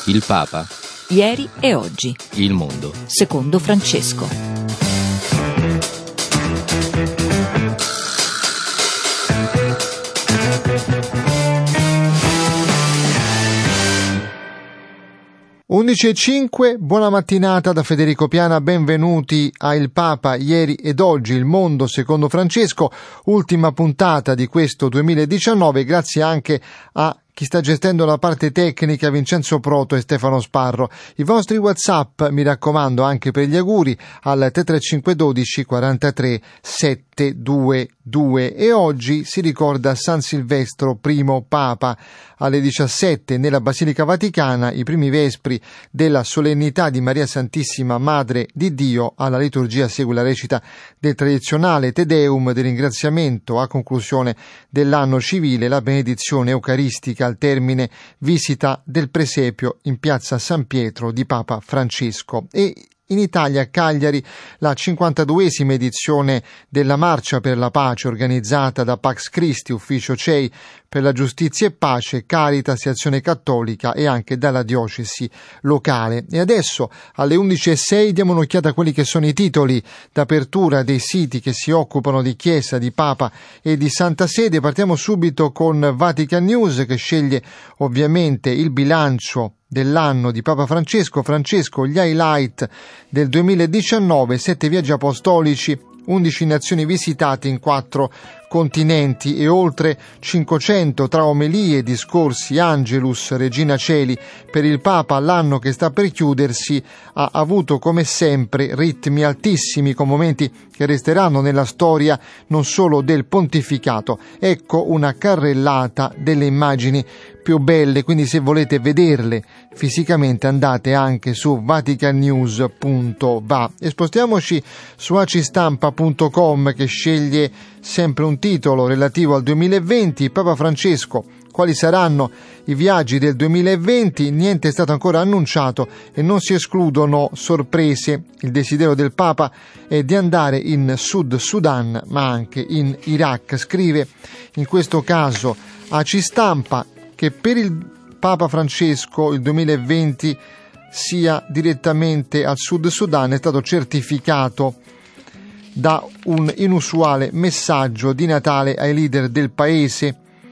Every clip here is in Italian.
Il Papa. Ieri e oggi. Il mondo. Secondo Francesco. Undici e 5, buona mattinata da Federico Piana, benvenuti a Il Papa, ieri ed oggi, il mondo secondo Francesco, ultima puntata di questo 2019, grazie anche a chi sta gestendo la parte tecnica, Vincenzo Proto e Stefano Sparro. I vostri WhatsApp, mi raccomando, anche per gli auguri, al 335 12 43 722. E oggi si ricorda San Silvestro, primo Papa, alle 17 nella Basilica Vaticana, i primi vespri della solennità di Maria Santissima Madre di Dio. Alla liturgia segue la recita del tradizionale Te Deum del ringraziamento a conclusione dell'anno civile, la benedizione eucaristica al termine, visita del presepio in piazza San Pietro di Papa Francesco. E in Italia, a Cagliari, la 52esima edizione della Marcia per la Pace organizzata da Pax Christi, ufficio CEI per la giustizia e pace, Caritas e Azione Cattolica e anche dalla diocesi locale. E adesso alle 11:06 diamo un'occhiata a quelli che sono i titoli d'apertura dei siti che si occupano di Chiesa, di Papa e di Santa Sede. Partiamo subito con Vatican News, che sceglie ovviamente il bilancio dell'anno di Papa Francesco, gli highlight del 2019, 7 viaggi apostolici, 11 nazioni visitate in 4 continenti e oltre 500 tra omelie, discorsi, Angelus, Regina Celi. Per il Papa l'anno che sta per chiudersi ha avuto come sempre ritmi altissimi, con momenti che resteranno nella storia non solo del pontificato. Ecco una carrellata delle immagini più belle, quindi se volete vederle fisicamente andate anche su vaticannews.va. E spostiamoci su acistampa.com, che sceglie sempre un titolo relativo al 2020. Papa Francesco: quali saranno i viaggi del 2020? Niente è stato ancora annunciato e non si escludono sorprese. Il desiderio del Papa è di andare in Sud Sudan, ma anche in Iraq. Scrive in questo caso Acistampa che per il Papa Francesco il 2020 sia direttamente al Sud Sudan è stato certificato da un inusuale messaggio di Natale ai leader del paese.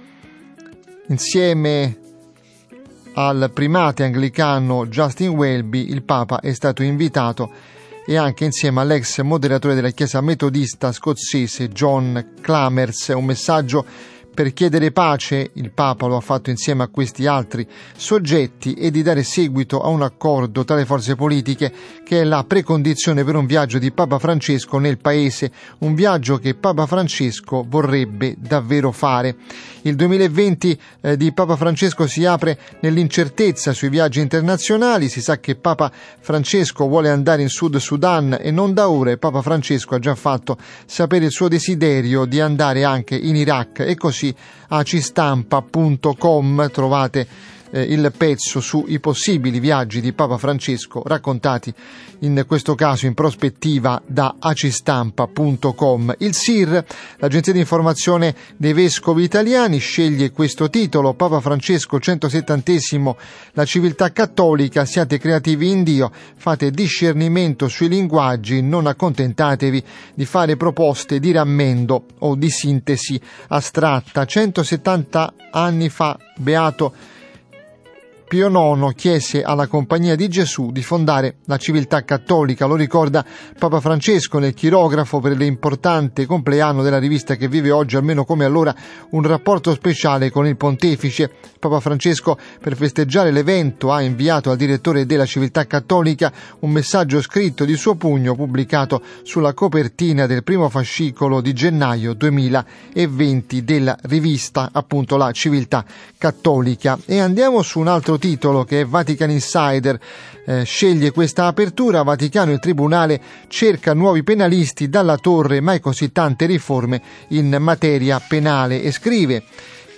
Insieme al primate anglicano Justin Welby, il Papa è stato invitato, e anche insieme all'ex moderatore della Chiesa metodista scozzese John Clamers. Un messaggio per chiedere pace, il Papa lo ha fatto insieme a questi altri soggetti, e di dare seguito a un accordo tra le forze politiche che è la precondizione per un viaggio di Papa Francesco nel paese, un viaggio che Papa Francesco vorrebbe davvero fare. Il 2020 di Papa Francesco si apre nell'incertezza sui viaggi internazionali. Si sa che Papa Francesco vuole andare in Sud Sudan e non da ora. Papa Francesco ha già fatto sapere il suo desiderio di andare anche in Iraq, e così acistampa.com trovate il pezzo sui possibili viaggi di Papa Francesco, raccontati in questo caso in prospettiva da acistampa.com. Il SIR, l'agenzia di informazione dei vescovi italiani, sceglie questo titolo: Papa Francesco 170°, la civiltà cattolica, siate creativi in Dio, fate discernimento sui linguaggi, non accontentatevi di fare proposte di rammendo o di sintesi astratta. 170 anni fa Beato Pio IX chiese alla Compagnia di Gesù di fondare la civiltà cattolica. Lo ricorda Papa Francesco nel chirografo per l'importante compleanno della rivista, che vive oggi, almeno come allora, un rapporto speciale con il pontefice. Papa Francesco, per festeggiare l'evento, ha inviato al direttore della civiltà cattolica un messaggio scritto di suo pugno, pubblicato sulla copertina del primo fascicolo di gennaio 2020 della rivista, appunto, la civiltà cattolica. E andiamo su un altro titolo che è Vatican Insider, sceglie questa apertura: Vaticano, il Tribunale cerca nuovi penalisti, dalla torre mai così tante riforme in materia penale. E scrive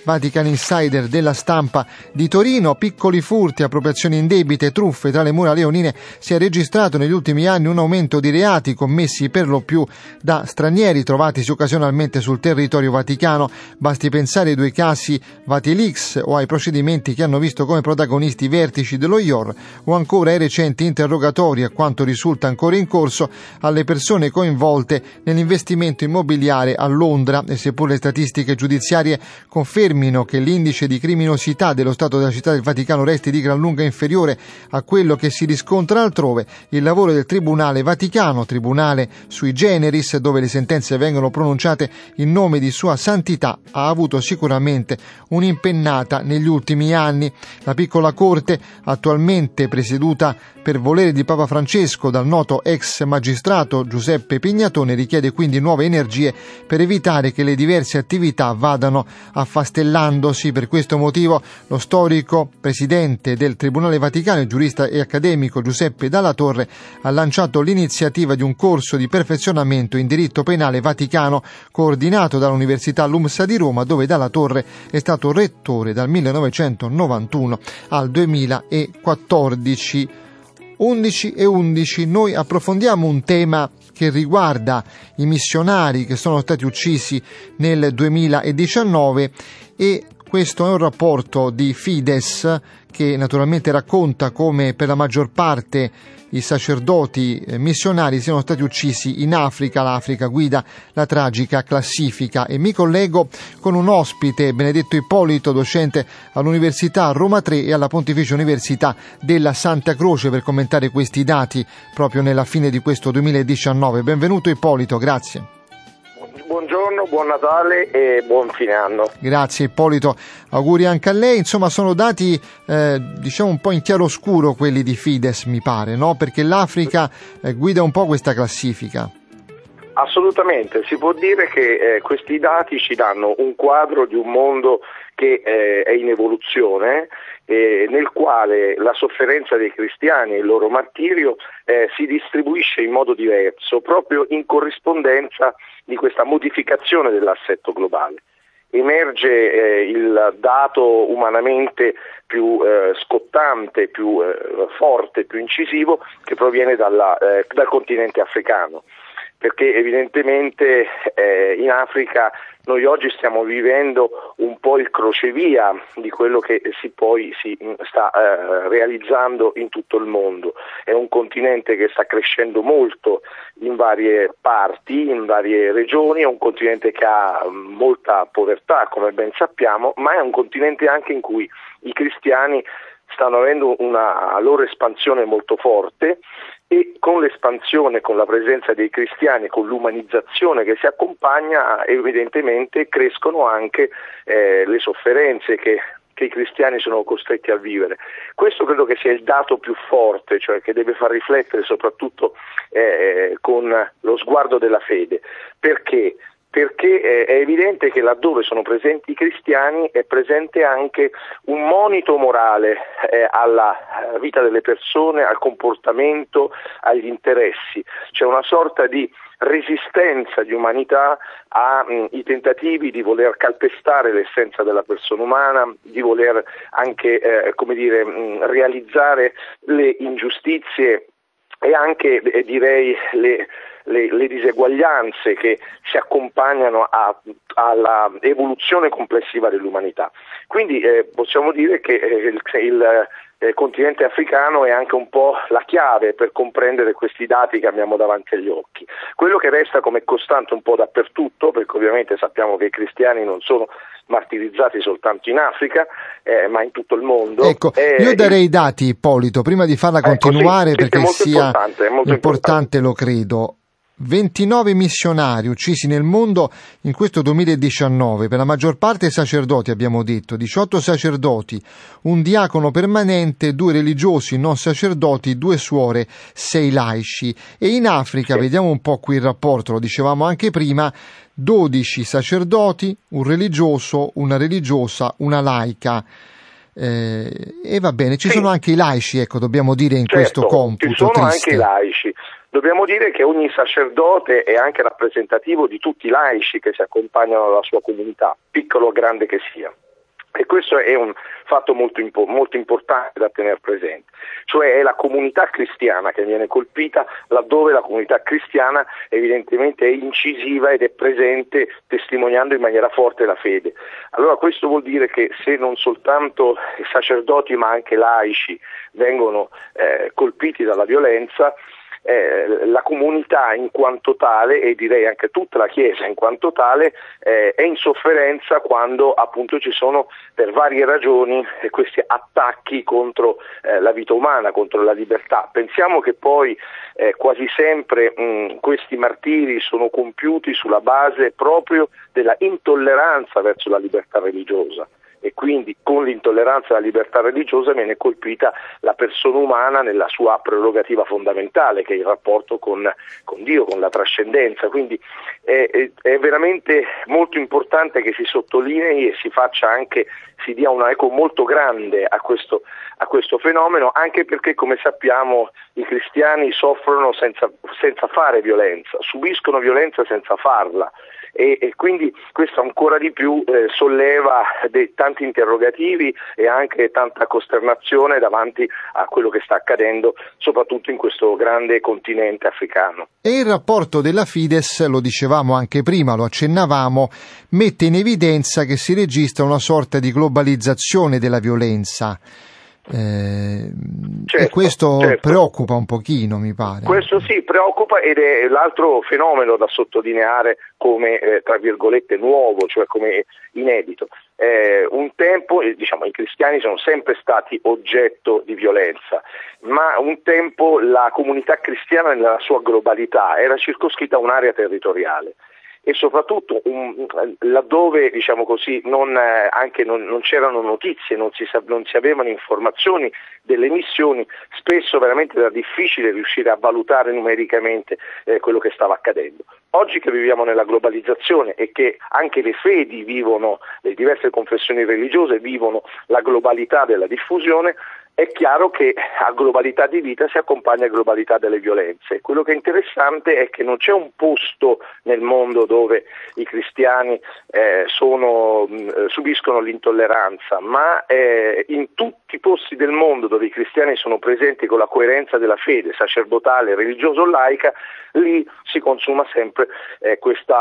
Vatican Insider della Stampa di Torino. Piccoli furti, appropriazioni indebite, truffe tra le mura leonine. Si è registrato negli ultimi anni un aumento di reati commessi per lo più da stranieri trovatisi occasionalmente sul territorio vaticano. Basti pensare ai 2 casi Vatilix o ai procedimenti che hanno visto come protagonisti i vertici dello IOR, o ancora ai recenti interrogatori, a quanto risulta ancora in corso, alle persone coinvolte nell'investimento immobiliare a Londra. E seppur le statistiche giudiziarie confermino che l'indice di criminosità dello Stato della Città del Vaticano resti di gran lunga inferiore a quello che si riscontra altrove, il lavoro del Tribunale Vaticano, tribunale sui generis, dove le sentenze vengono pronunciate in nome di Sua Santità, ha avuto sicuramente un'impennata negli ultimi anni. La piccola corte, attualmente presieduta per volere di Papa Francesco dal noto ex magistrato Giuseppe Pignatone, richiede quindi nuove energie per evitare che le diverse attività vadano affastellandosi. Per questo motivo lo storico presidente del Tribunale Vaticano, il giurista e accademico Giuseppe Dalla Torre, ha lanciato l'iniziativa di un corso di perfezionamento in diritto penale vaticano coordinato dall'Università LUMSA di Roma, dove Dalla Torre è stato rettore dal 1991 al 2014. 11:11, noi approfondiamo un tema che riguarda i missionari che sono stati uccisi nel 2019, e questo è un rapporto di Fides che naturalmente racconta come per la maggior parte i sacerdoti missionari siano stati uccisi in Africa. L'Africa guida la tragica classifica, e mi collego con un ospite, Benedetto Ippolito, docente all'Università Roma III e alla Pontificia Università della Santa Croce, per commentare questi dati proprio nella fine di questo 2019. Benvenuto Ippolito, grazie. Buongiorno, buon Natale e buon fine anno. Grazie Ippolito, auguri anche a lei. Insomma, sono dati diciamo un po' in chiaroscuro quelli di Fides, mi pare, no? Perché l'Africa guida un po' questa classifica. Assolutamente, si può dire che questi dati ci danno un quadro di un mondo che è in evoluzione, nel quale la sofferenza dei cristiani e il loro martirio si distribuisce in modo diverso, proprio in corrispondenza di questa modificazione dell'assetto globale. Emerge il dato umanamente più scottante, più forte, più incisivo, che proviene dal continente africano, perché evidentemente in Africa noi oggi stiamo vivendo un po' il crocevia di quello che si sta realizzando in tutto il mondo. È un continente che sta crescendo molto in varie parti, in varie regioni, è un continente che ha molta povertà, come ben sappiamo, ma è un continente anche in cui i cristiani stanno avendo una loro espansione molto forte, e con l'espansione, con la presenza dei cristiani, con l'umanizzazione che si accompagna, evidentemente crescono anche le sofferenze che i cristiani sono costretti a vivere. Questo credo che sia il dato più forte, cioè che deve far riflettere soprattutto con lo sguardo della fede. Perché? Perché è evidente che laddove sono presenti i cristiani è presente anche un monito morale alla vita delle persone, al comportamento, agli interessi. C'è una sorta di resistenza di umanità ai tentativi di voler calpestare l'essenza della persona umana, di voler anche realizzare le ingiustizie e anche direi le diseguaglianze che si accompagnano alla evoluzione complessiva dell'umanità. Quindi possiamo dire che il continente africano è anche un po' la chiave per comprendere questi dati che abbiamo davanti agli occhi. Quello che resta come costante un po' dappertutto, perché ovviamente sappiamo che i cristiani non sono martirizzati soltanto in Africa, ma in tutto il mondo. Ecco, io darei i dati, Ippolito, prima di farla continuare, sì, perché sia importante, lo credo. 29 missionari uccisi nel mondo in questo 2019, per la maggior parte sacerdoti, abbiamo detto, 18 sacerdoti, un diacono permanente, 2 religiosi non sacerdoti, 2 suore, 6 laici. E in Africa, vediamo un po' qui il rapporto, lo dicevamo anche prima, 12 sacerdoti, un religioso, una religiosa, una laica. E va bene, ci sono anche i laici, ecco, dobbiamo dire in questo computo. Ci sono triste. Anche i laici. Dobbiamo dire che ogni sacerdote è anche rappresentativo di tutti i laici che si accompagnano alla sua comunità, piccolo o grande che sia. questo è un fatto molto importante da tenere presente, cioè è la comunità cristiana che viene colpita laddove la comunità cristiana evidentemente è incisiva ed è presente testimoniando in maniera forte la fede. Allora questo vuol dire che se non soltanto i sacerdoti ma anche laici vengono colpiti dalla violenza, la comunità in quanto tale, e direi anche tutta la Chiesa in quanto tale, è in sofferenza quando appunto ci sono per varie ragioni questi attacchi contro la vita umana, contro la libertà. Pensiamo che poi quasi sempre questi martiri sono compiuti sulla base proprio della intolleranza verso la libertà religiosa. E quindi con l'intolleranza alla libertà religiosa viene colpita la persona umana nella sua prerogativa fondamentale, che è il rapporto con Dio, con la trascendenza. Quindi è veramente molto importante che si sottolinei e si dia una eco molto grande a questo fenomeno, anche perché, come sappiamo, i cristiani soffrono senza fare violenza, subiscono violenza senza farla. E quindi questo ancora di più solleva tanti interrogativi e anche tanta costernazione davanti a quello che sta accadendo, soprattutto in questo grande continente africano. E il rapporto della Fides, lo dicevamo anche prima, lo accennavamo, mette in evidenza che si registra una sorta di globalizzazione della violenza. E questo preoccupa un pochino, mi pare. Questo sì, preoccupa, ed è l'altro fenomeno da sottolineare come tra virgolette nuovo, cioè come inedito. Un tempo, diciamo, i cristiani sono sempre stati oggetto di violenza, ma un tempo la comunità cristiana nella sua globalità era circoscritta a un'area territoriale. E soprattutto laddove, diciamo così, non c'erano notizie, non si avevano informazioni delle missioni, spesso veramente era difficile riuscire a valutare numericamente quello che stava accadendo. Oggi che viviamo nella globalizzazione e che anche le fedi vivono, le diverse confessioni religiose vivono la globalità della diffusione, è chiaro che a globalità di vita si accompagna a globalità delle violenze. Quello che è interessante è che non c'è un posto nel mondo dove i cristiani subiscono l'intolleranza, ma in tutti i posti del mondo dove i cristiani sono presenti con la coerenza della fede sacerdotale, religiosa o laica, lì si consuma sempre questa,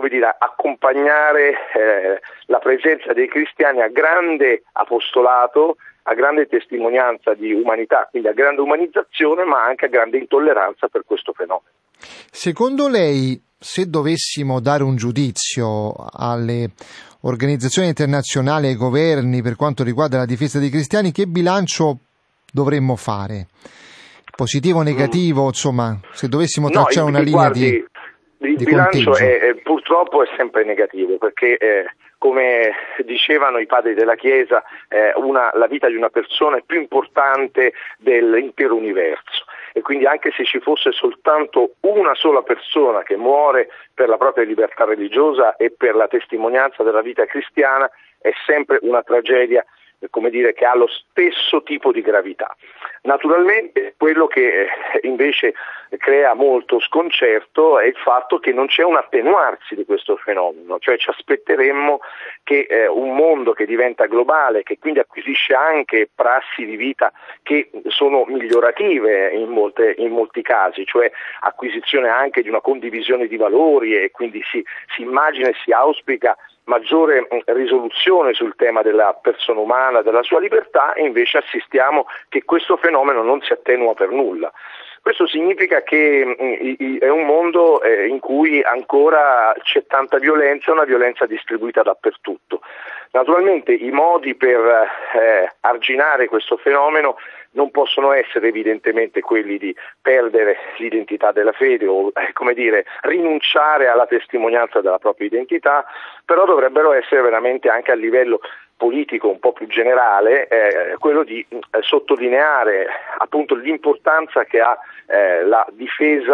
accompagnare la presenza dei cristiani a grande apostolato, a grande testimonianza di umanità, quindi a grande umanizzazione, ma anche a grande intolleranza per questo fenomeno. Secondo lei, se dovessimo dare un giudizio alle organizzazioni internazionali e ai governi per quanto riguarda la difesa dei cristiani, che bilancio dovremmo fare? Positivo o negativo? Insomma, se dovessimo tracciare una linea di bilancio purtroppo è sempre negativo, perché come dicevano i padri della Chiesa, la vita di una persona è più importante dell'intero universo, e quindi anche se ci fosse soltanto una sola persona che muore per la propria libertà religiosa e per la testimonianza della vita cristiana, è sempre una tragedia, che ha lo stesso tipo di gravità. Naturalmente quello che invece crea molto sconcerto è il fatto che non c'è un attenuarsi di questo fenomeno, cioè ci aspetteremmo che un mondo che diventa globale, che quindi acquisisce anche prassi di vita che sono migliorative in molti casi, cioè acquisizione anche di una condivisione di valori, e quindi si immagina e si auspica maggiore risoluzione sul tema della persona umana, della sua libertà, e invece assistiamo che questo fenomeno non si attenua per nulla. Questo significa che è un mondo in cui ancora c'è tanta violenza, una violenza distribuita dappertutto. Naturalmente i modi per arginare questo fenomeno non possono essere evidentemente quelli di perdere l'identità della fede o rinunciare alla testimonianza della propria identità, però dovrebbero essere veramente anche a livello politico un po' più generale quello di sottolineare appunto l'importanza che ha la difesa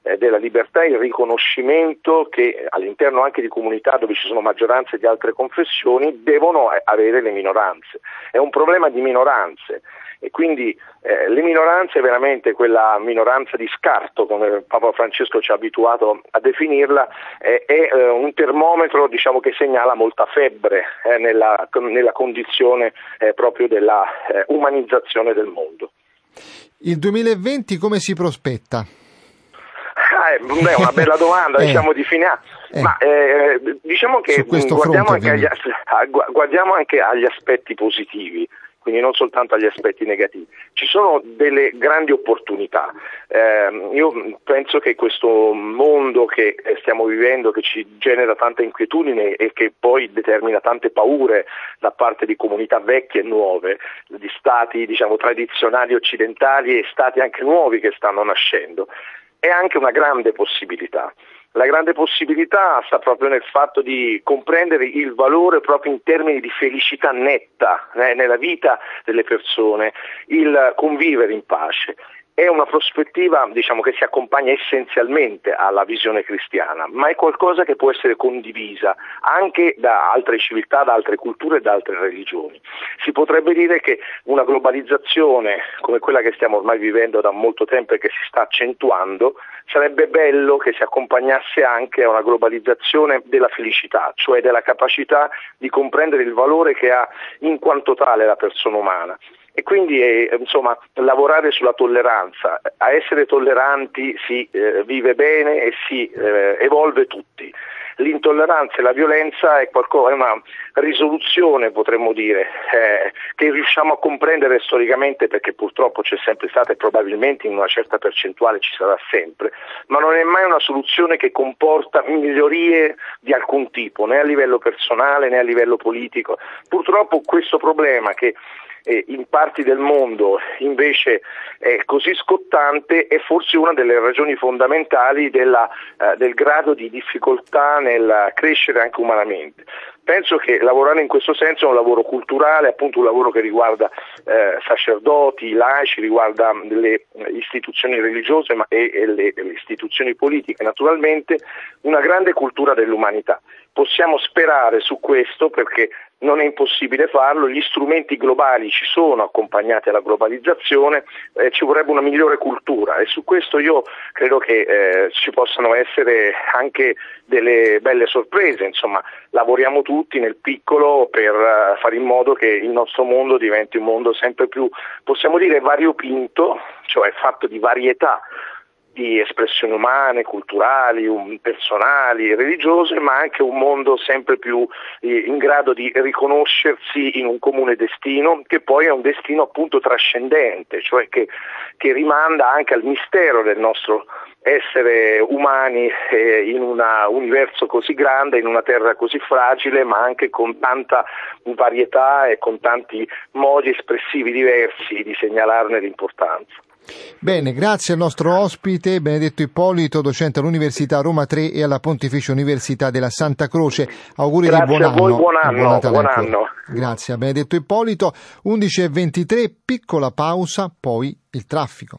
della libertà e il riconoscimento che all'interno anche di comunità dove ci sono maggioranze di altre confessioni devono avere le minoranze. È un problema di minoranze. E quindi le minoranze, veramente quella minoranza di scarto, come Papa Francesco ci ha abituato a definirla, è un termometro, diciamo, che segnala molta febbre nella condizione proprio della umanizzazione del mondo. Il 2020 come si prospetta? È una bella domanda, diciamo di fine anno. Ma diciamo che guardiamo anche agli aspetti positivi, quindi non soltanto agli aspetti negativi. Ci sono delle grandi opportunità. Io penso che questo mondo che stiamo vivendo, che ci genera tanta inquietudine e che poi determina tante paure da parte di comunità vecchie e nuove, di stati, diciamo, tradizionali occidentali e stati anche nuovi che stanno nascendo, è anche una grande possibilità. La grande possibilità sta proprio nel fatto di comprendere il valore proprio in termini di felicità netta nella vita delle persone, il convivere in pace. È una prospettiva, diciamo, che si accompagna essenzialmente alla visione cristiana, ma è qualcosa che può essere condivisa anche da altre civiltà, da altre culture e da altre religioni. Si potrebbe dire che una globalizzazione come quella che stiamo ormai vivendo da molto tempo e che si sta accentuando, sarebbe bello che si accompagnasse anche a una globalizzazione della felicità, cioè della capacità di comprendere il valore che ha in quanto tale la persona umana. E quindi insomma lavorare sulla tolleranza. A essere tolleranti si vive bene e si evolve tutti. L'intolleranza e la violenza è una risoluzione, potremmo dire, che riusciamo a comprendere storicamente, perché purtroppo c'è sempre stata e probabilmente in una certa percentuale ci sarà sempre, ma non è mai una soluzione che comporta migliorie di alcun tipo, né a livello personale né a livello politico. Purtroppo questo problema, che in parti del mondo invece è così scottante, è forse una delle ragioni fondamentali del grado di difficoltà nel crescere anche umanamente. Penso che lavorare in questo senso è un lavoro culturale, appunto un lavoro che riguarda sacerdoti, laici, riguarda le istituzioni religiose e le istituzioni politiche, naturalmente una grande cultura dell'umanità. Possiamo sperare su questo, perché non è impossibile farlo, gli strumenti globali ci sono accompagnati alla globalizzazione, ci vorrebbe una migliore cultura e su questo io credo che ci possano essere anche delle belle sorprese. Insomma, lavoriamo tutti nel piccolo per fare in modo che il nostro mondo diventi un mondo sempre più, possiamo dire, variopinto, cioè fatto di varietà di espressioni umane, culturali, personali, religiose, ma anche un mondo sempre più in grado di riconoscersi in un comune destino, che poi è un destino appunto trascendente, cioè che rimanda anche al mistero del nostro essere umani in un universo così grande, in una terra così fragile, ma anche con tanta varietà e con tanti modi espressivi diversi di segnalarne l'importanza. Bene, grazie al nostro ospite Benedetto Ippolito, docente all'Università Roma 3 e alla Pontificia Università della Santa Croce. Auguri di buon anno. Grazie a voi, buon anno. Grazie a Benedetto Ippolito. 11:23, piccola pausa, poi il traffico.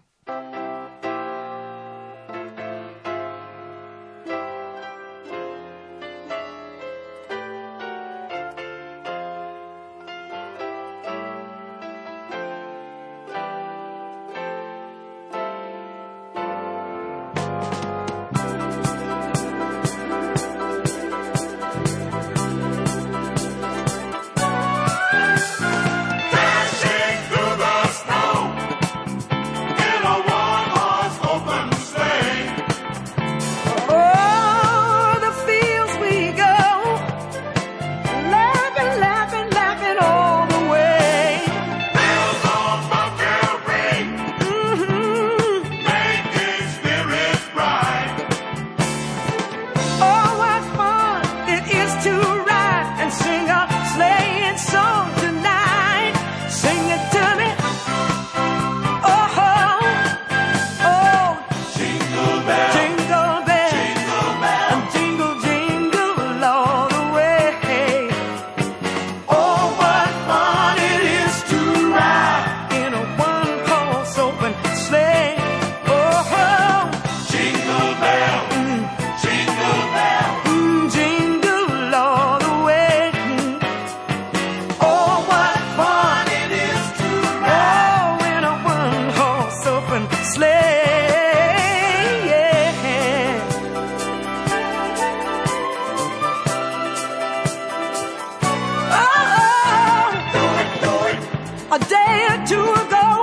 a day or two ago.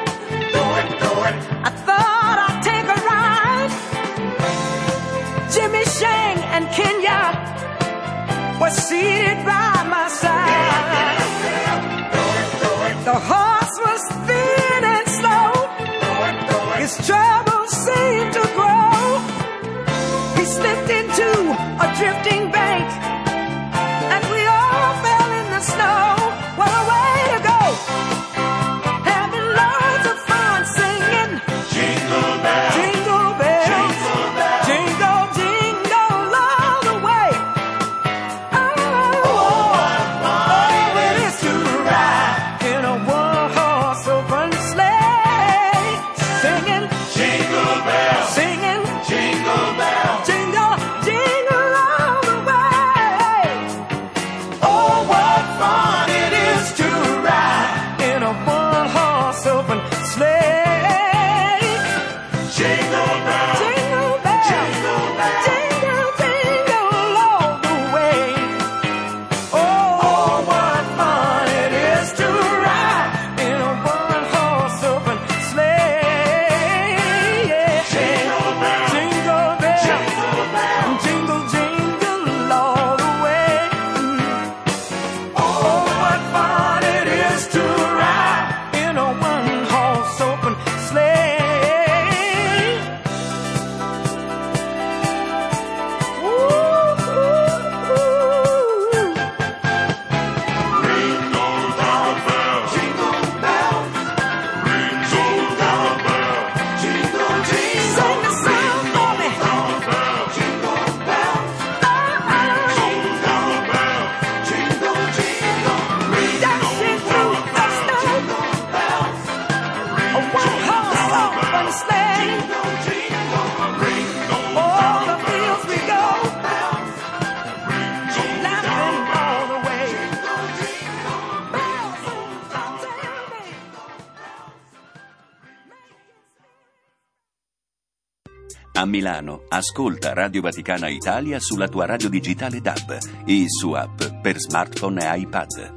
I thought I'd take a ride. Jimmy Shang and Kenya were seated by my side. The horse was thin and slow. His troubles seemed to grow. He slipped into a drifting bank, and we all fell in the snow. What a way to go! Having loads of fun singing. Jingle bells, jingle bells, jingle, jingle all the way. Oh, what it is to ride in a one-horse open sleigh, singing jingle bells, singing jingle bells, jingle, jingle all the way. Oh, what fun it is to ride in a one-horse open sleigh. Jingle bells, jingle bells, jingle bells, jingle, jingle all the way. Oh, what fun it is to ride in a one-horse open sleigh. Yeah. Jingle bells, jingle bells, jingle, jingle all the way. Oh, what fun it is to ride in a one-horse open sleigh. Ooh, ooh, ooh. Jingle bell, jingle, jingle. Sing the song for me. Jingle bell, jingle, jingle. Dashing through the snow. A one-horse open sleigh. All the fields we go, laughing all the way. Bells, tell me. A Milano, ascolta Radio Vaticana Italia sulla tua radio digitale DAB e su app per smartphone e iPad.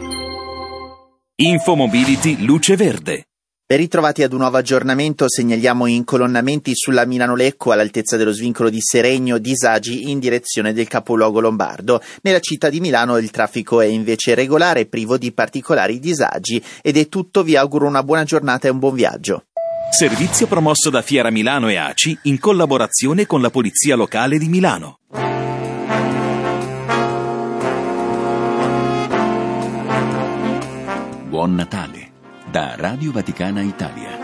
Infomobility Luce Verde. Ben ritrovati ad un nuovo aggiornamento. Segnaliamo incolonnamenti sulla Milano-Lecco all'altezza dello svincolo di Seregno, disagi in direzione del capoluogo lombardo. Nella città di Milano il traffico è invece regolare, privo di particolari disagi. Ed è tutto, vi auguro una buona giornata e un buon viaggio. Servizio promosso da Fiera Milano e ACI in collaborazione con la Polizia Locale di Milano. Buon Natale da Radio Vaticana Italia.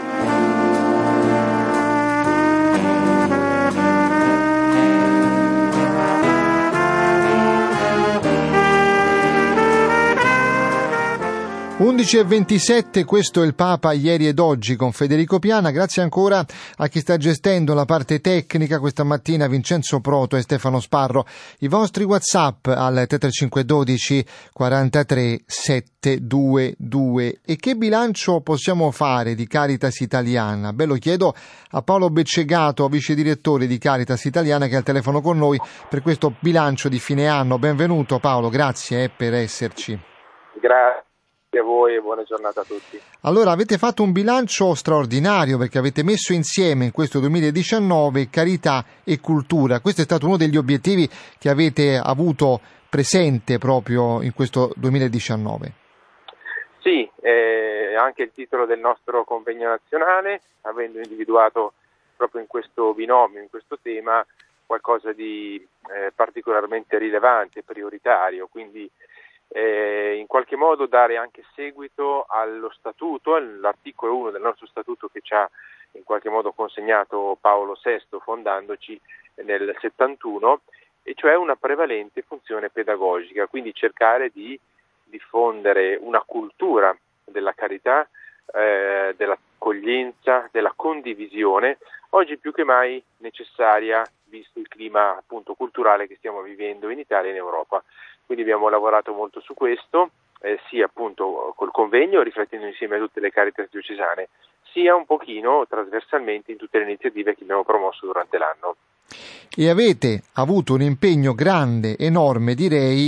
11:27, questo è il Papa ieri ed oggi con Federico Piana. Grazie ancora a chi sta gestendo la parte tecnica questa mattina, Vincenzo Proto e Stefano Sparro. I vostri WhatsApp al 3512 43 722. E che bilancio possiamo fare di Caritas Italiana? Beh, lo chiedo a Paolo Beccegato, vice direttore di Caritas Italiana, che è al telefono con noi per questo bilancio di fine anno. Benvenuto Paolo, grazie per esserci. Grazie a voi e buona giornata a tutti. Allora, avete fatto un bilancio straordinario perché avete messo insieme in questo 2019 carità e cultura. Questo è stato uno degli obiettivi che avete avuto presente proprio in questo 2019. Sì, anche il titolo del nostro convegno nazionale, avendo individuato proprio in questo binomio, in questo tema, qualcosa di particolarmente rilevante, prioritario, quindi in qualche modo dare anche seguito allo statuto, all'articolo 1 del nostro statuto che ci ha in qualche modo consegnato Paolo VI fondandoci nel 71, e cioè una prevalente funzione pedagogica, quindi cercare di diffondere una cultura della carità, dell'accoglienza, della condivisione, oggi più che mai necessaria visto il clima appunto culturale che stiamo vivendo in Italia e in Europa. Quindi abbiamo lavorato molto su questo, sia appunto col convegno, riflettendo insieme a tutte le Caritas diocesane, sia un pochino trasversalmente in tutte le iniziative che abbiamo promosso durante l'anno. E avete avuto un impegno grande, enorme direi,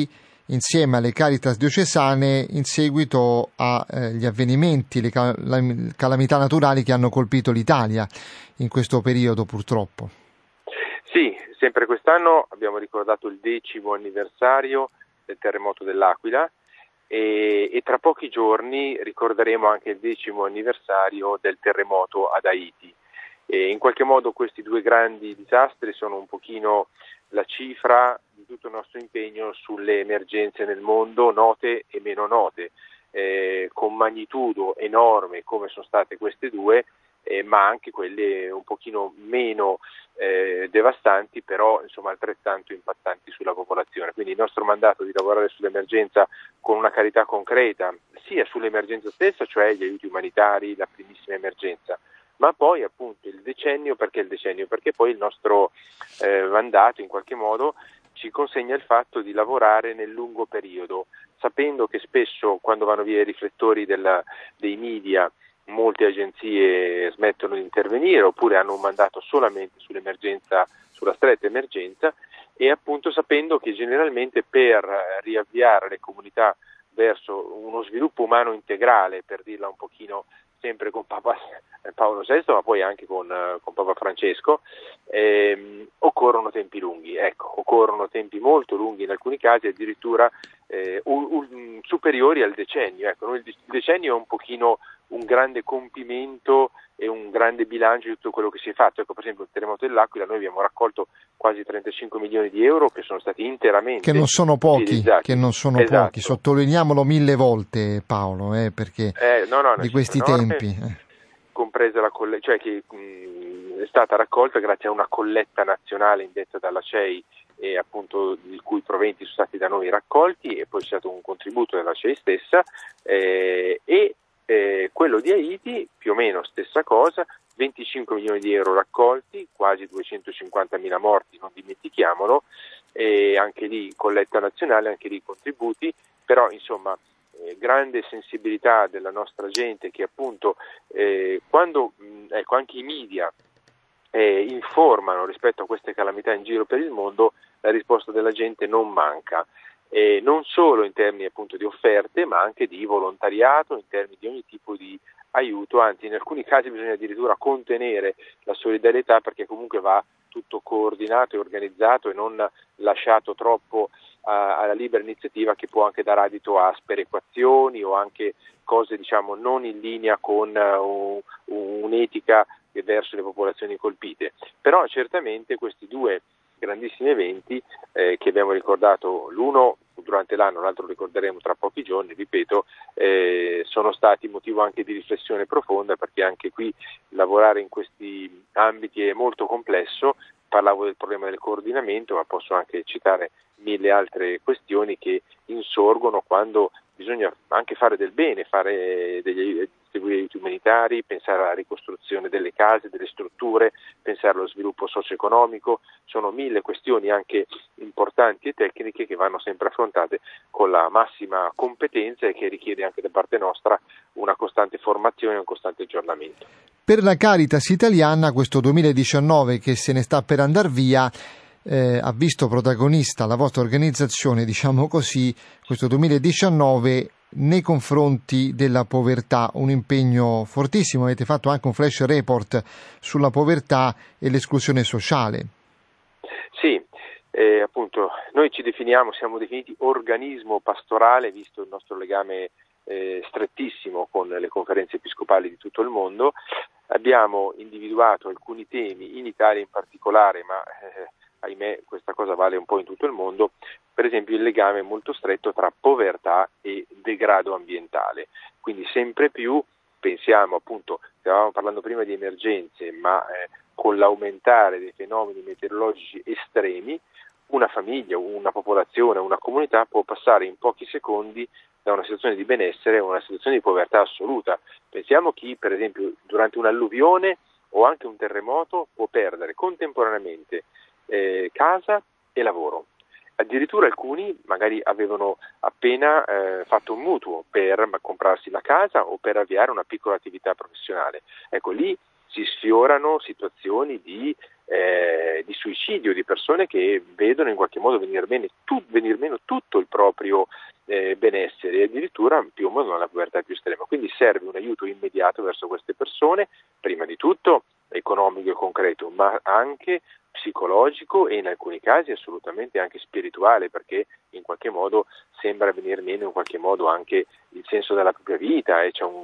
insieme alle Caritas diocesane in seguito agli avvenimenti, le calamità naturali che hanno colpito l'Italia in questo periodo, purtroppo. Sì, sempre quest'anno abbiamo ricordato il 10° anniversario del terremoto dell'Aquila e tra pochi giorni ricorderemo anche il 10° anniversario del terremoto ad Haiti. E in qualche modo questi due grandi disastri sono un pochino la cifra di tutto il nostro impegno sulle emergenze nel mondo, note e meno note, con magnitudo enorme come sono state queste due, ma anche quelle un pochino meno devastanti, però insomma altrettanto impattanti sulla popolazione. Quindi il nostro mandato di lavorare sull'emergenza con una carità concreta, sia sull'emergenza stessa, cioè gli aiuti umanitari, la primissima emergenza, ma poi appunto il decennio? Perché poi il nostro mandato in qualche modo ci consegna il fatto di lavorare nel lungo periodo, sapendo che spesso quando vanno via i riflettori dei media molte agenzie smettono di intervenire oppure hanno un mandato solamente sull'emergenza, sulla stretta emergenza, e appunto sapendo che generalmente per riavviare le comunità verso uno sviluppo umano integrale, per dirla un pochino sempre con Papa Paolo VI, ma poi anche con Papa Francesco, occorrono tempi lunghi, occorrono tempi molto lunghi in alcuni casi, addirittura superiori al decennio. Il decennio è un pochino un grande compimento e un grande bilancio di tutto quello che si è fatto. Per esempio il terremoto dell'Aquila, noi abbiamo raccolto quasi 35 milioni di euro che sono stati interamente che non sono pochi, esatto. Pochi, sottolineiamolo 1000 volte, Paolo, perché di questi tempi, compresa la cioè che è stata raccolta grazie a una colletta nazionale indetta dalla CEI e appunto di cui proventi sono stati da noi raccolti, e poi c'è stato un contributo della CEI stessa, quello di Haiti più o meno stessa cosa, 25 milioni di euro raccolti, quasi 250.000 morti, non dimentichiamolo, e anche lì colletta nazionale, anche lì contributi, però insomma grande sensibilità della nostra gente che appunto quando anche i media informano rispetto a queste calamità in giro per il mondo, la risposta della gente non manca. Non solo in termini appunto di offerte, ma anche di volontariato, in termini di ogni tipo di aiuto, anzi in alcuni casi bisogna addirittura contenere la solidarietà, perché comunque va tutto coordinato e organizzato e non lasciato troppo alla libera iniziativa, che può anche dare adito a sperequazioni o anche cose diciamo non in linea con un'etica verso le popolazioni colpite. Però certamente questi due grandissimi eventi che abbiamo ricordato, l'uno durante l'anno, l'altro ricorderemo tra pochi giorni, ripeto, sono stati motivo anche di riflessione profonda, perché anche qui lavorare in questi ambiti è molto complesso. Parlavo del problema del coordinamento, ma posso anche citare 1000 altre questioni che insorgono quando bisogna anche fare del bene, distribuire aiuti umanitari, pensare alla ricostruzione delle case, delle strutture, pensare allo sviluppo socio-economico. Sono 1000 questioni anche importanti e tecniche che vanno sempre affrontate con la massima competenza e che richiede anche da parte nostra una costante formazione e un costante aggiornamento. Per la Caritas italiana questo 2019 che se ne sta per andar via ha visto protagonista la vostra organizzazione, diciamo così, questo 2019 nei confronti della povertà, un impegno fortissimo. Avete fatto anche un flash report sulla povertà e l'esclusione sociale. Sì, appunto noi siamo definiti organismo pastorale, visto il nostro legame strettissimo con le conferenze episcopali di tutto il mondo. Abbiamo individuato alcuni temi in Italia in particolare, ma ahimè questa cosa vale un po' in tutto il mondo, per esempio il legame molto stretto tra povertà e degrado ambientale. Quindi sempre più pensiamo, appunto, stavamo parlando prima di emergenze, ma con l'aumentare dei fenomeni meteorologici estremi, una famiglia, una popolazione, una comunità può passare in pochi secondi da una situazione di benessere a una situazione di povertà assoluta. Pensiamo chi, per esempio, durante un'alluvione o anche un terremoto può perdere contemporaneamente casa e lavoro. Addirittura alcuni magari avevano appena fatto un mutuo per comprarsi la casa o per avviare una piccola attività professionale. Ecco, lì si sfiorano situazioni di suicidio, di persone che vedono in qualche modo venir meno tutto il proprio benessere e addirittura piombono nella povertà più estrema. Quindi serve un aiuto immediato verso queste persone, prima di tutto economico e concreto, ma anche psicologico e in alcuni casi assolutamente anche spirituale, perché in qualche modo sembra venir meno in qualche modo anche il senso della propria vita e c'è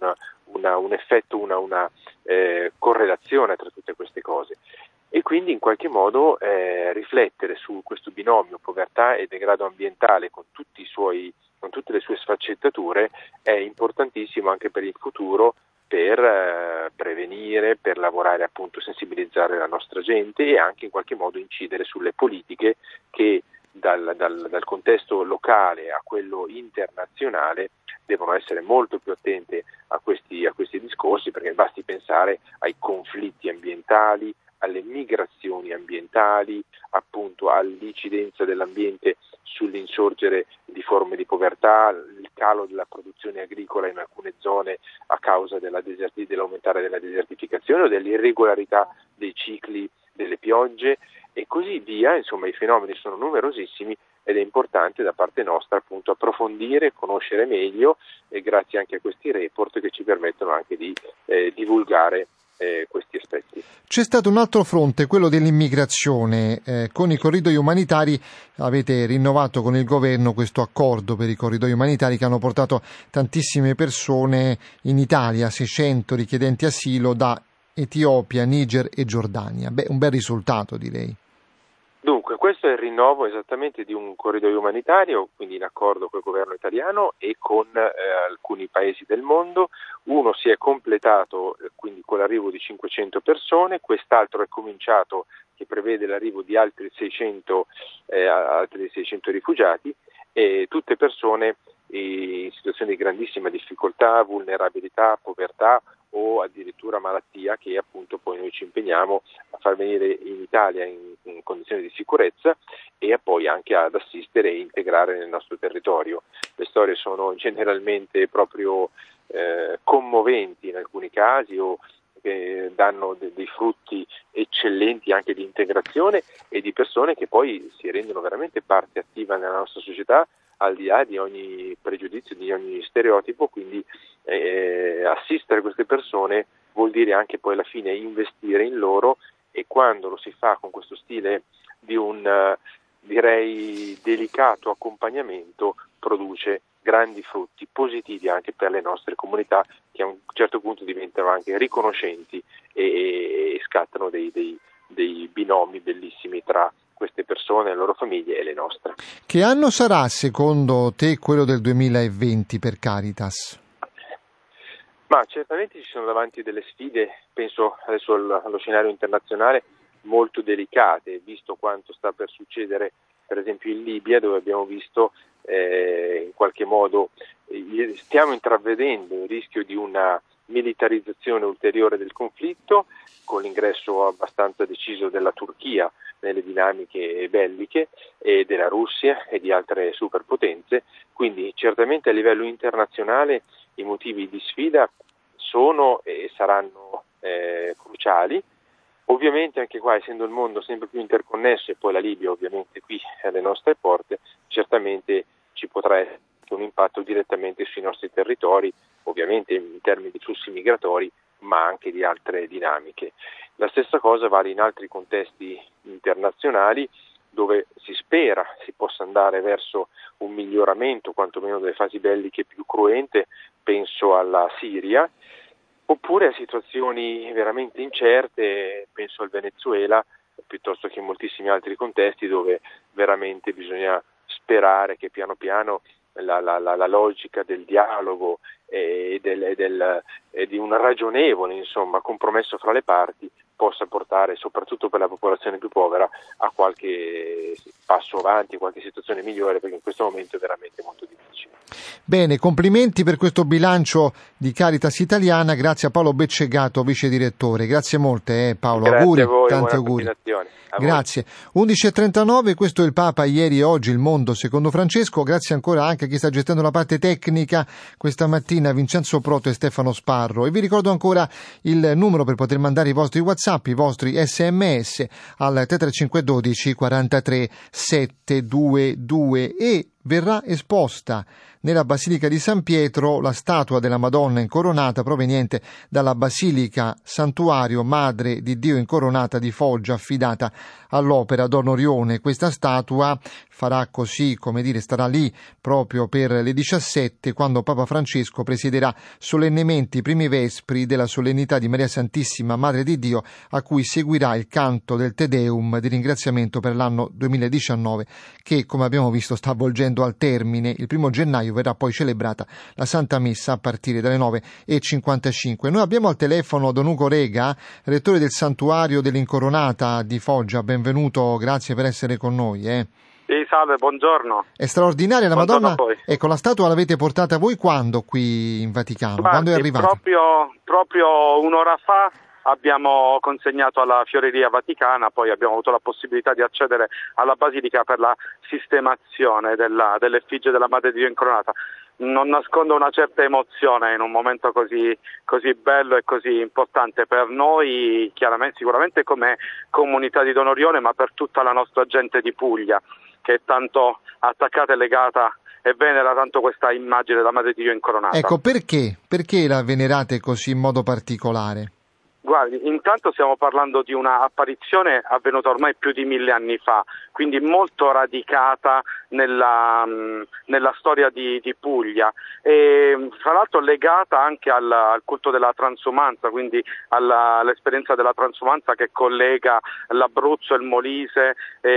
un effetto, una correlazione tra tutte queste cose. E quindi in qualche modo riflettere su questo binomio povertà e degrado ambientale con tutte le sue sfaccettature è importantissimo anche per il futuro, per prevenire, per lavorare appunto, sensibilizzare la nostra gente e anche in qualche modo incidere sulle politiche che dal contesto locale a quello internazionale devono essere molto più attente a questi discorsi, perché basti pensare ai conflitti ambientali, alle migrazioni ambientali, appunto all'incidenza dell'ambiente sull'insorgere di forme di povertà, il calo della produzione agricola in alcune zone a causa dell'aumentare della desertificazione o dell'irregolarità dei cicli delle piogge e così via. Insomma, i fenomeni sono numerosissimi ed è importante da parte nostra appunto approfondire, conoscere meglio e grazie anche a questi report che ci permettono anche di divulgare questi aspetti. C'è stato un altro fronte, quello dell'immigrazione. Con i corridoi umanitari avete rinnovato con il governo questo accordo per i corridoi umanitari che hanno portato tantissime persone in Italia, 600 richiedenti asilo da Etiopia, Niger e Giordania. Un bel risultato, direi. Dunque, questo è il rinnovo esattamente di un corridoio umanitario, quindi in accordo col governo italiano e con alcuni paesi del mondo. Uno si è completato quindi con l'arrivo di 500 persone, quest'altro è cominciato che prevede l'arrivo di altri 600 rifugiati, e tutte persone in situazioni di grandissima difficoltà, vulnerabilità, povertà o addirittura malattia, che appunto poi noi ci impegniamo a far venire in Italia in condizioni di sicurezza e poi anche ad assistere e integrare nel nostro territorio. Le storie sono generalmente proprio commoventi in alcuni casi o danno dei frutti eccellenti anche di integrazione e di persone che poi si rendono veramente parte attiva nella nostra società al di là di ogni pregiudizio, di ogni stereotipo, quindi assistere queste persone vuol dire anche poi alla fine investire in loro e quando lo si fa con questo stile di un direi delicato accompagnamento produce grandi frutti positivi anche per le nostre comunità che a un certo punto diventano anche riconoscenti e scattano dei binomi bellissimi tra queste persone, le loro famiglie e le nostre. Che anno sarà secondo te quello del 2020 per Caritas? Ma certamente ci sono davanti delle sfide, penso adesso allo scenario internazionale, molto delicate, visto quanto sta per succedere per esempio in Libia, dove abbiamo visto in qualche modo stiamo intravedendo il rischio di una militarizzazione ulteriore del conflitto con l'ingresso abbastanza deciso della Turchia nelle dinamiche belliche e della Russia e di altre superpotenze, quindi certamente a livello internazionale i motivi di sfida sono e saranno cruciali. Ovviamente anche qua, essendo il mondo sempre più interconnesso e poi la Libia ovviamente qui alle nostre porte, certamente ci potrà essere un impatto direttamente sui nostri territori, ovviamente in termini di flussi migratori, ma anche di altre dinamiche. La stessa cosa vale in altri contesti internazionali dove si spera si possa andare verso un miglioramento quantomeno delle fasi belliche più cruente, penso alla Siria, oppure a situazioni veramente incerte, penso al Venezuela, piuttosto che in moltissimi altri contesti dove veramente bisogna sperare che piano piano la logica del dialogo e di un ragionevole compromesso fra le parti possa portare, soprattutto per la popolazione più povera, a qualche passo avanti, qualche situazione migliore, perché in questo momento è veramente molto difficile. Bene, complimenti per questo bilancio di Caritas Italiana, grazie a Paolo Beccegato, vice direttore. Grazie molte Paolo, grazie auguri, a voi, tanti buona auguri. continuazione. Grazie. 11.39, questo è il Papa ieri e oggi, il mondo secondo Francesco. Grazie ancora anche a chi sta gestendo la parte tecnica questa mattina, Vincenzo Proto e Stefano Sparro. E vi ricordo ancora il numero per poter mandare i vostri WhatsApp, i vostri SMS al 33512 43 722 e verrà esposta nella Basilica di San Pietro la statua della Madonna incoronata proveniente dalla Basilica Santuario Madre di Dio Incoronata di Foggia, affidata all'Opera Don Orione. Questa statua farà così, come dire, starà lì proprio per le 17, quando Papa Francesco presiederà solennemente i primi vespri della solennità di Maria Santissima Madre di Dio, a cui seguirà il canto del Te Deum di ringraziamento per l'anno 2019 che, come abbiamo visto, sta avvolgendo al termine. Il 1 gennaio verrà poi celebrata la Santa Messa a partire dalle 9.55. Noi abbiamo al telefono Don Ugo Rega, rettore del Santuario dell'Incoronata di Foggia. Benvenuto, grazie per essere con noi. Sì, salve, buongiorno. È straordinaria la Buongiorno Madonna. Ecco, la statua l'avete portata voi quando qui in Vaticano? Guardi, quando è arrivata? Proprio un'ora fa abbiamo consegnato alla Fioreria Vaticana, poi abbiamo avuto la possibilità di accedere alla Basilica per la sistemazione dell'effigie della Madre di Dio Incoronata. Non nascondo una certa emozione in un momento così bello e così importante per noi, chiaramente, sicuramente come comunità di Don Orione, ma per tutta la nostra gente di Puglia, che è tanto attaccata e legata e venera tanto questa immagine della Madre di Dio Incoronata. Ecco, perché? Perché la venerate così in modo particolare? Guardi, intanto stiamo parlando di una apparizione avvenuta ormai più di 1000 anni fa, quindi molto radicata nella storia di Puglia e fra l'altro legata anche al culto della transumanza, quindi all'esperienza della transumanza che collega l'Abruzzo, il Molise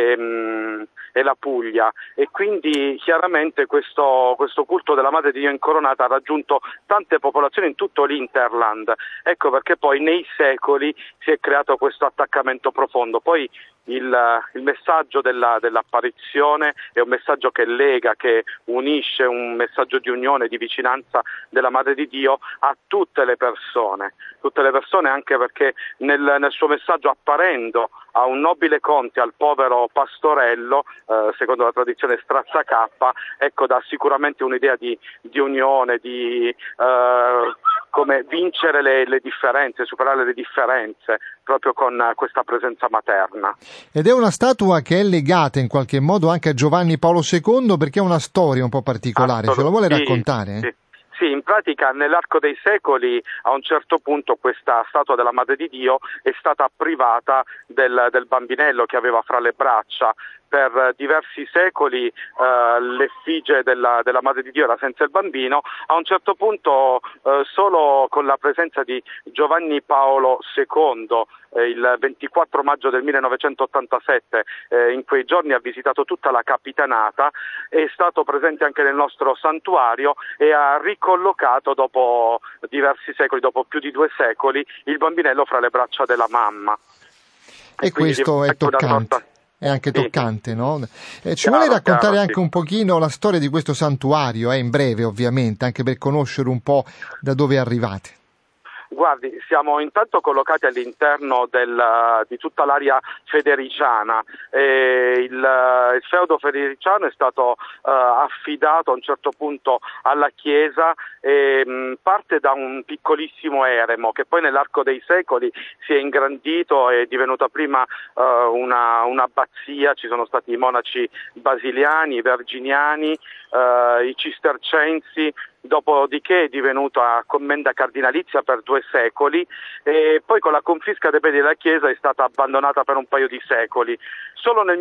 e la Puglia, e quindi chiaramente questo culto della Madre di Dio Incoronata ha raggiunto tante popolazioni in tutto l'Interland. Ecco perché poi nei secoli si è creato questo attaccamento profondo. Poi il messaggio dell'apparizione è un messaggio che lega, che unisce, un messaggio di unione, di vicinanza della Madre di Dio a tutte le persone anche perché nel suo messaggio, apparendo a un nobile conte, al povero pastorello, secondo la tradizione strazzacappa, ecco, dà sicuramente un'idea di unione, di come vincere le differenze, superare le differenze proprio con questa presenza materna. Ed è una statua che è legata in qualche modo anche a Giovanni Paolo II, perché ha una storia un po' particolare, ce la vuole raccontare? Sì. Sì, in pratica nell'arco dei secoli a un certo punto questa statua della Madre di Dio è stata privata del bambinello che aveva fra le braccia. Per diversi secoli l'effigie della Madre di Dio era senza il bambino. A un certo punto solo con la presenza di Giovanni Paolo II, il 24 maggio del 1987, in quei giorni ha visitato tutta la capitanata, è stato presente anche nel nostro santuario e ha ricollocato dopo diversi secoli, dopo più di 2 secoli, il bambinello fra le braccia della mamma. E questo è toccante. È anche toccante, no? Ci vuole raccontare anche un pochino la storia di questo santuario, in breve ovviamente, anche per conoscere un po' da dove arrivate. Guardi, siamo intanto collocati all'interno di tutta l'area federiciana. Il feudo federiciano è stato affidato a un certo punto alla Chiesa e parte da un piccolissimo eremo che poi nell'arco dei secoli si è ingrandito, è divenuta prima un'abbazia, ci sono stati i monaci basiliani, i verginiani, i cistercensi, dopodiché è divenuta commenda cardinalizia per 2 secoli e poi con la confisca dei beni della Chiesa è stata abbandonata per un paio di secoli. Solo nel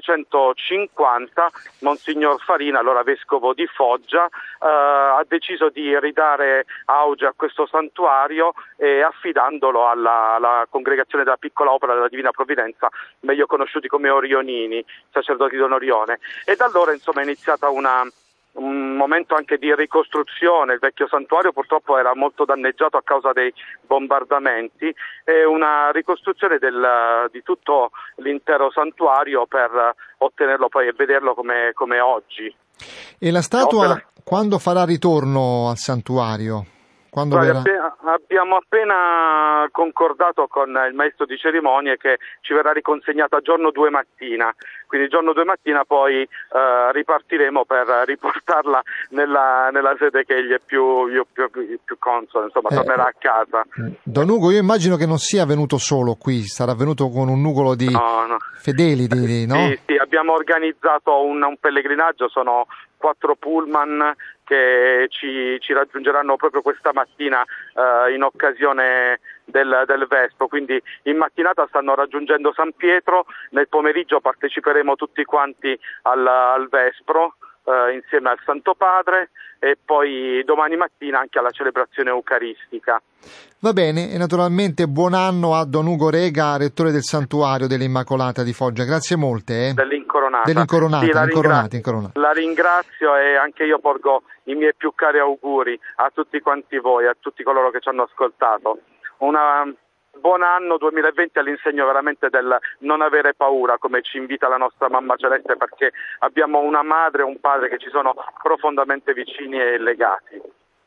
1950 Monsignor Farina, allora vescovo di Foggia, ha deciso di ridare auge a questo santuario e affidandolo alla congregazione della Piccola Opera della Divina Provvidenza, meglio conosciuti come Orionini, sacerdoti Don Orione, e da allora insomma è iniziata una un momento anche di ricostruzione. Il vecchio santuario purtroppo era molto danneggiato a causa dei bombardamenti, e una ricostruzione di tutto l'intero santuario per ottenerlo poi e vederlo come oggi. E la statua quando farà ritorno al santuario? Abbiamo appena concordato con il maestro di cerimonie che ci verrà riconsegnata giorno 2 mattina, quindi giorno 2 mattina poi ripartiremo per riportarla nella sede che gli è più consona, insomma tornerà a casa. Don Ugo, io immagino che non sia venuto solo qui, sarà venuto con un nugolo di fedeli, no? Sì, abbiamo organizzato un pellegrinaggio, sono 4 pullman che ci raggiungeranno proprio questa mattina in occasione del Vespro, quindi in mattinata stanno raggiungendo San Pietro, nel pomeriggio parteciperemo tutti quanti al Vespro insieme al Santo Padre, e poi domani mattina anche alla celebrazione eucaristica. Va bene, e naturalmente buon anno a Don Ugo Rega, rettore del Santuario dell'Immacolata di Foggia. Grazie molte. Dell'Incoronata. Incoronata. La ringrazio, e anche io porgo i miei più cari auguri a tutti quanti voi, a tutti coloro che ci hanno ascoltato. Buon anno 2020 all'insegno veramente del non avere paura, come ci invita la nostra Mamma Celeste, perché abbiamo una madre e un padre che ci sono profondamente vicini e legati.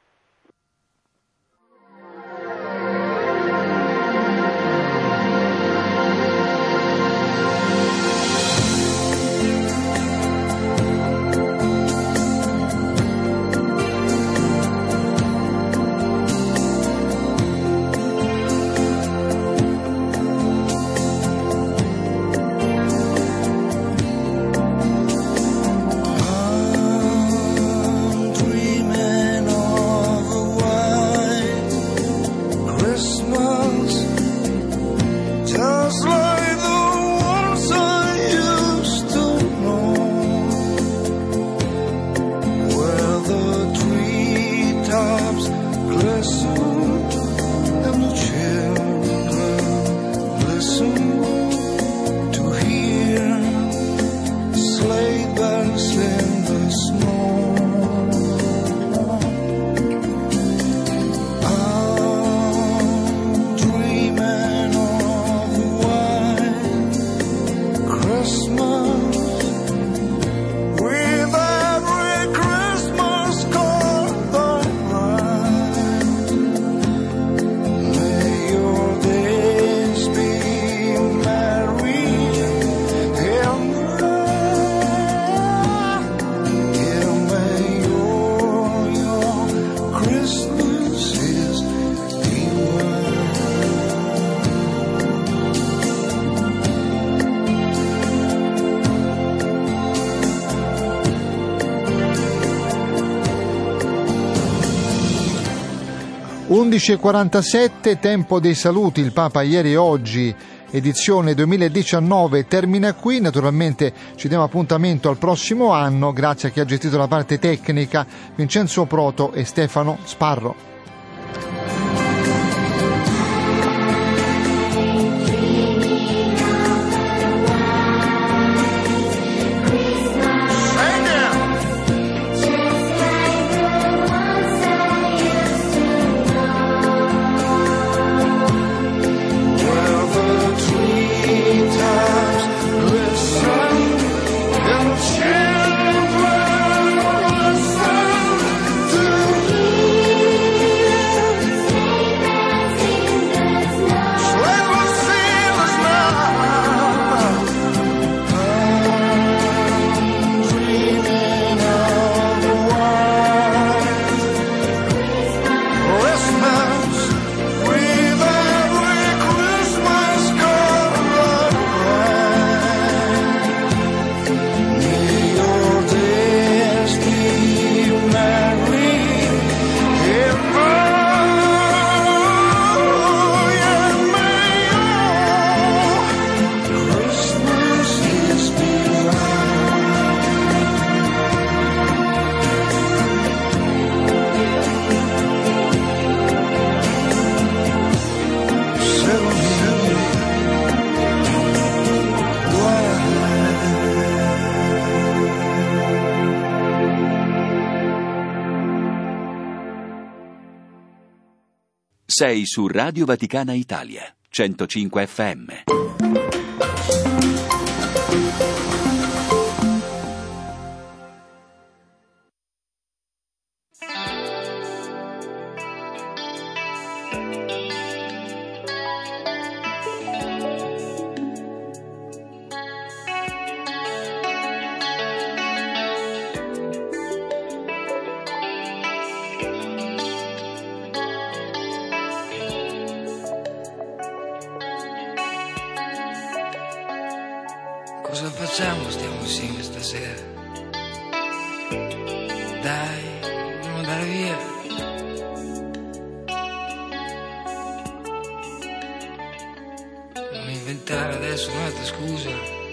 (11:47), tempo dei saluti. Il Papa ieri e oggi, edizione 2019, termina qui. Naturalmente ci diamo appuntamento al prossimo anno. Grazie a chi ha gestito la parte tecnica, Vincenzo Proto e Stefano Sparro. Sei su Radio Vaticana Italia, 105 FM. Cosa facciamo? Stiamo insieme stasera. Dai, non andare via. Non inventare adesso un'altra scusa.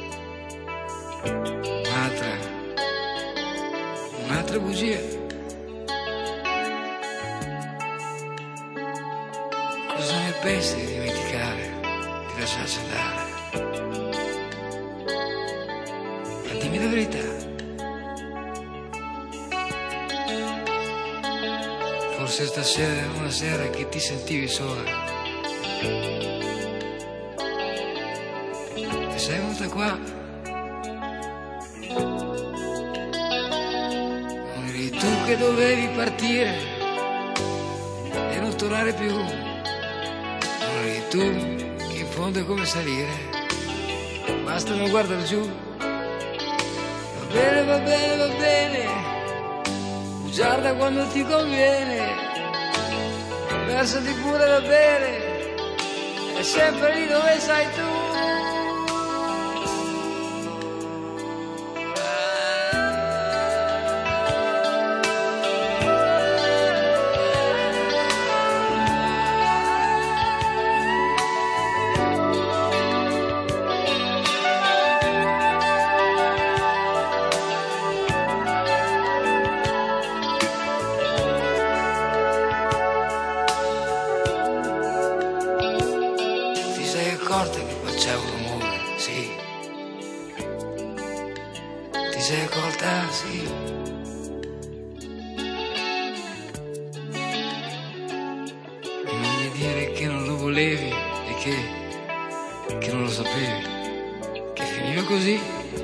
Un'altra bugia. Cosa ne pensi di dimenticare, di lasciarci andare? Dimmi la verità. Forse stasera è una sera che ti sentivi sola e sei venuta qua. Non eri tu che dovevi partire e non tornare più. Non eri tu che in fondo è come salire, basta non guardare giù. Va bene, bugiarda quando ti conviene, versati pure da bere, è sempre lì dove sei tu. Ti sei accorta, sì. Non mi dire che non lo volevi e che non lo sapevi, che finiva così.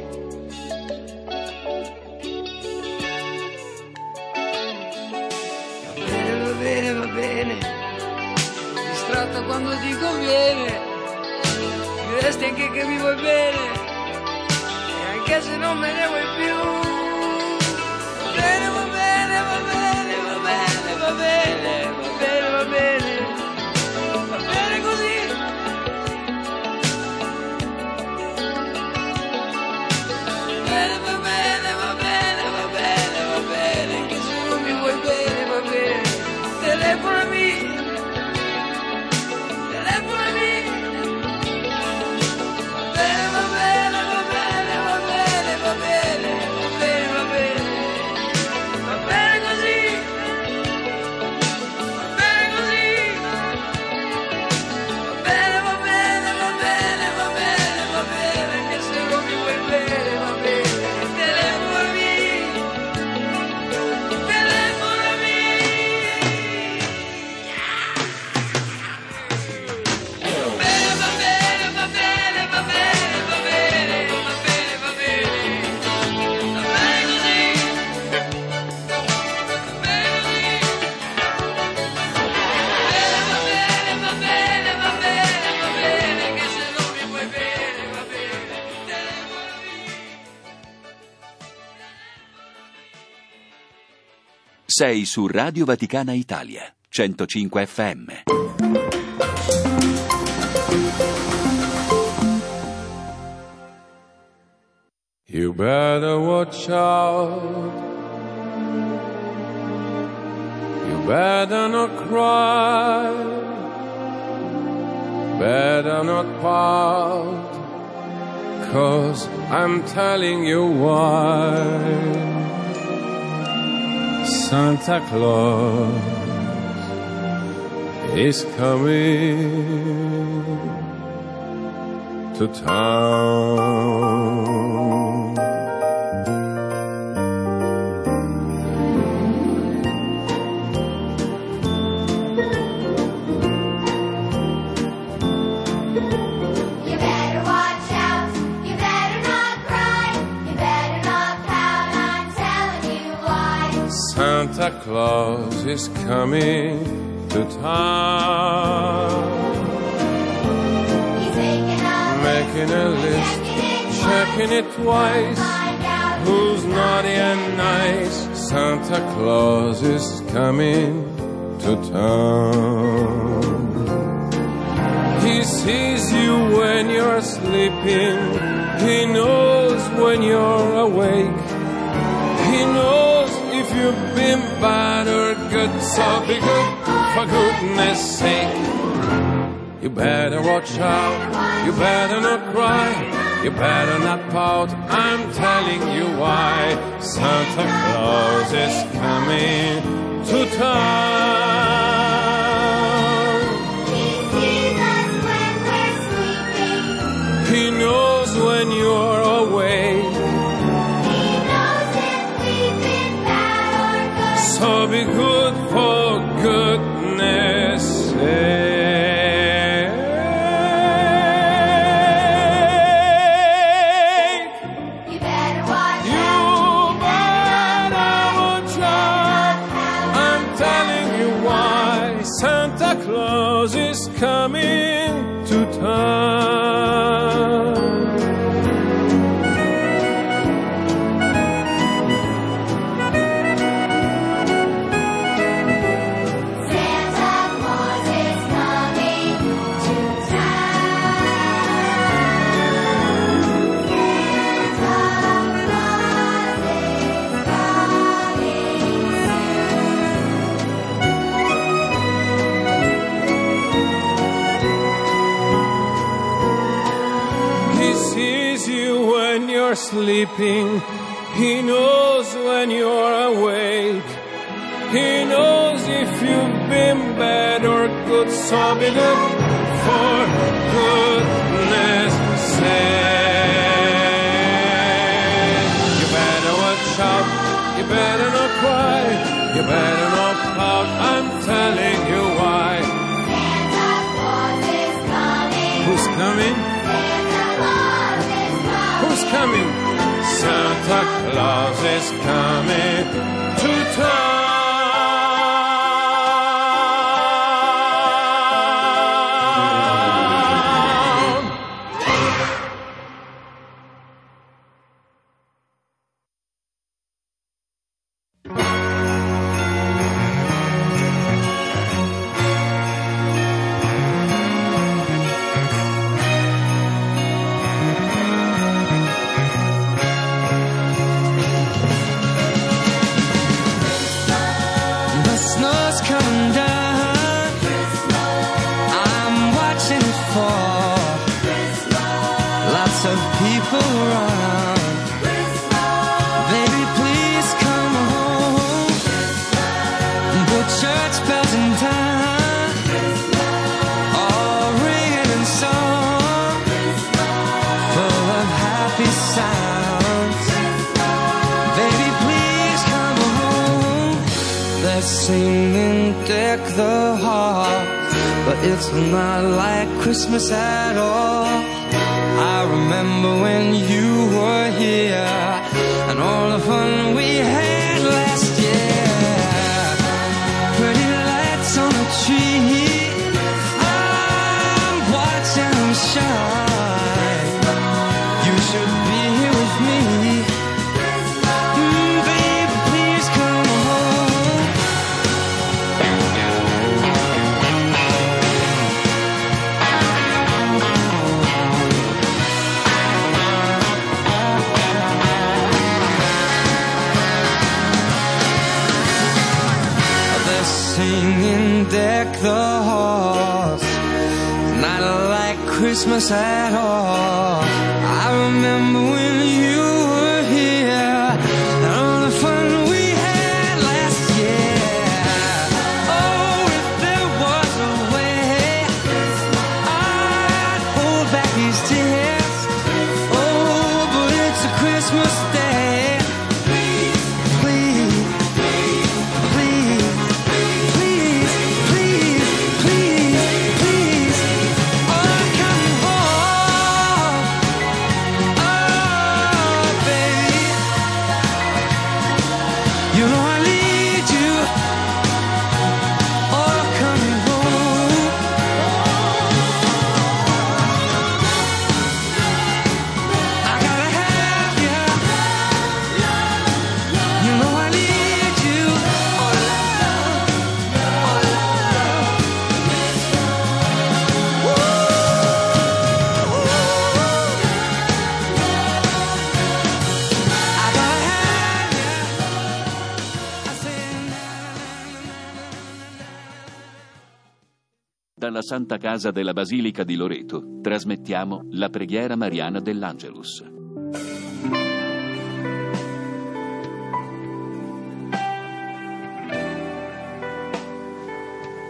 Va bene, distratta quando ti conviene, mi resti anche che mi vuoi bene. Che se non me ne vuoi più. Va bene, va bene, va bene, va bene, va bene, va bene, va bene, va bene così. Va bene, va bene, va bene, va bene, va bene, che se non mi vuoi bene, va bene, telefonami. Sei su Radio Vaticana Italia, 105 FM. You better watch out. You better not cry. Better not pout. 'Cause I'm telling you why. Santa Claus is coming to town. Santa Claus is coming to town. He's making a list, checking it twice. Who's naughty and nice? Santa Claus is coming to town. He sees you when you're sleeping. He knows when you're awake. He knows if you've been bad or good. So be good, for goodness sake. You better watch out. You better not cry. You better not pout. I'm telling you why. Santa Claus is coming to town. He knows when you're awake. So be good for goodness sake. You better watch out. I'm telling you why. Santa Claus is coming to town. Sleeping, he knows when you're awake. He knows if you've been bad or good. So be good for goodness sake. You better watch out. You better not cry. You better not pout. I'm telling you why. Santa Claus is coming. Who's coming? Santa Claus is coming. Who's coming? Santa Claus is coming to town. Singing deck the hall, but it's not like Christmas at all. I remember when you were here and all the fun we had last year. Pretty lights on the tree, I'm watching them shine. You should be here with me. Baby, please come home. Singing deck the halls, not like Christmas at all. I remember when you were here and all the fun we had last year. Oh, if there was a way I'd hold back these tears. Oh, but it's a Christmas day. Oh, Dalla Santa Casa della Basilica di Loreto trasmettiamo la preghiera mariana dell'Angelus.